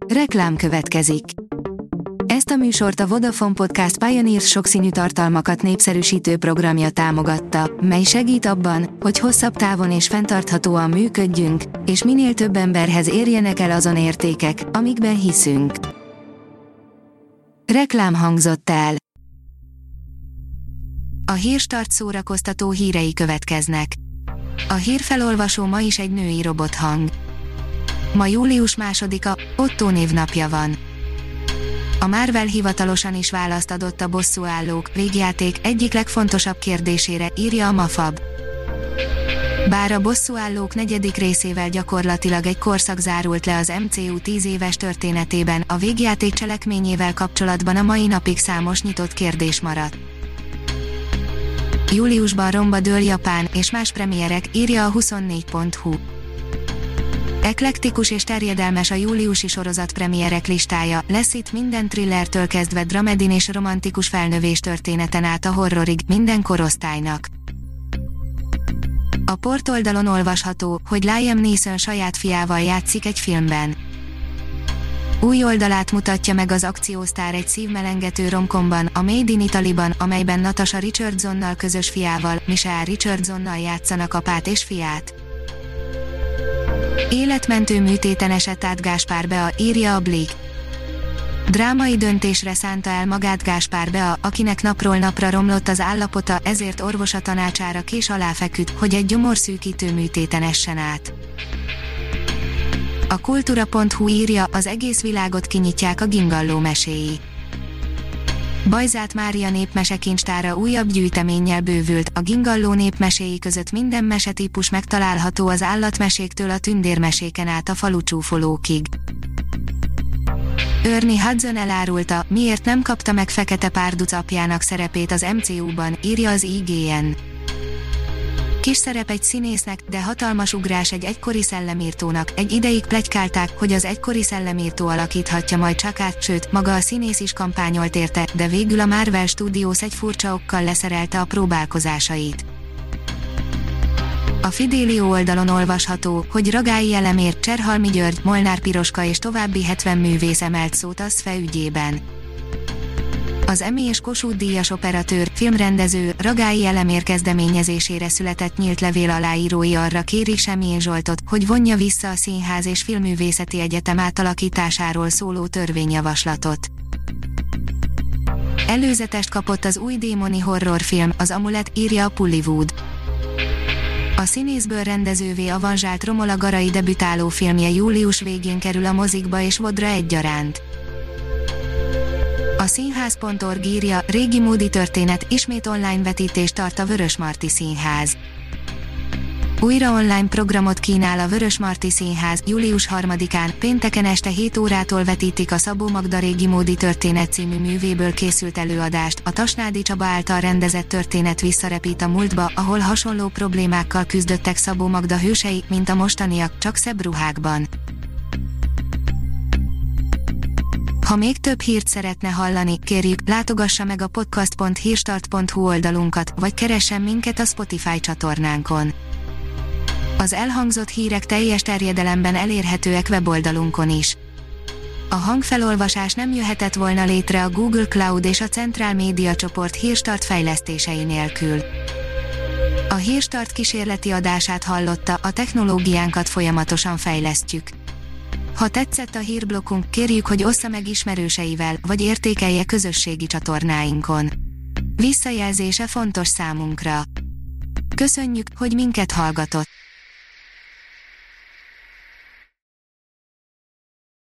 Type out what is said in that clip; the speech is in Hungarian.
Reklám következik. Ezt a műsort a Vodafone Podcast Pioneers sokszínű tartalmakat népszerűsítő programja támogatta, mely segít abban, hogy hosszabb távon és fenntarthatóan működjünk, és minél több emberhez érjenek el azon értékek, amikben hiszünk. Reklám hangzott el. A Hírstart szórakoztató hírei következnek. A hírfelolvasó ma is egy női robothang. Ma július 2-a, Ottó névnapja van. A Marvel hivatalosan is választ adott a Bosszúállók végjáték egyik legfontosabb kérdésére, írja a Mafab. Bár a Bosszúállók 4. részével gyakorlatilag egy korszak zárult le az MCU 10 éves történetében, a végjáték cselekményével kapcsolatban a mai napig számos nyitott kérdés maradt. Júliusban romba dől Japán és más premierek, írja a 24.hu. Eklektikus és terjedelmes a júliusi sorozat premierek listája, lesz itt minden thrillertől kezdve dramedin és romantikus felnövés történeten át a horrorig, minden korosztálynak. A portoldalon olvasható, hogy Liam Neeson saját fiával játszik egy filmben. Új oldalát mutatja meg az akciósztár egy szívmelengető romkomban, a Made in Italy-ban, amelyben Natasha Richardsonnal közös fiával, Michelle Richardsonnal játszanak apát és fiát. Életmentő műtéten esett át Gáspár Bea, írja a Blick. Drámai döntésre szánta el magát Gáspár Bea, akinek napról napra romlott az állapota, ezért orvosa tanácsára kés alá feküdt, hogy egy gyomorszűkítő műtéten essen át. A kultúra.hu írja, az egész világot kinyitják a Gingalló meséi. Bajzát Mária népmesekincstára újabb gyűjteménnyel bővült, a Gingalló népmeséi között minden mesetípus megtalálható az állatmeséktől a tündérmeséken át a falucsúfolókig. Ernie Hudson elárulta, miért nem kapta meg Fekete Párduc apjának szerepét az MCU-ban, írja az IGN. Kis szerep egy színésznek, de hatalmas ugrás egy egykori szellemírtónak. Egy ideig pletykálták, hogy az egykori szellemírtó alakíthatja majd Chuckát, sőt, maga a színész is kampányolt érte, de végül a Marvel Studios egy furcsa okkal leszerelte a próbálkozásait. A Fidelio oldalon olvasható, hogy Ragályi Elemér, Cserhalmi György, Molnár Piroska és további 70 művész emelt szót a SZFE ügyében. Az Emmy és Kossuth díjas operatőr, filmrendező, Ragályi Elemér kezdeményezésére született nyílt levél aláírói arra kérik Semjén Zsoltot, hogy vonja vissza a Színház és Filmművészeti Egyetem átalakításáról szóló törvényjavaslatot. Előzetest kapott az új démoni horrorfilm, az Amulet, írja a Pullywood. A színészből rendezővé avanzsált Romola Garai debütáló filmje július végén kerül a mozikba és VOD-ra egyaránt. A színház.org írja, régi módi történet, ismét online vetítést tart a Vörösmarty Színház. Újra online programot kínál a Vörösmarty Színház, július 3-án, pénteken este 7 órától vetítik a Szabó Magda régi módi történet című művéből készült előadást, a Tasnádi Csaba által rendezett történet visszarepít a múltba, ahol hasonló problémákkal küzdöttek Szabó Magda hősei, mint a mostaniak, csak szebb ruhákban. Ha még több hírt szeretne hallani, kérjük, látogassa meg a podcast.hírstart.hu oldalunkat, vagy keressen minket a Spotify csatornánkon. Az elhangzott hírek teljes terjedelemben elérhetőek weboldalunkon is. A hangfelolvasás nem jöhetett volna létre a Google Cloud és a Central Media csoport Hírstart fejlesztései nélkül. A Hírstart kísérleti adását hallotta, a technológiánkat folyamatosan fejlesztjük. Ha tetszett a hírblokkunk, kérjük, hogy ossza meg ismerőseivel, vagy értékelje közösségi csatornáinkon. Visszajelzése fontos számunkra. Köszönjük, hogy minket hallgatott!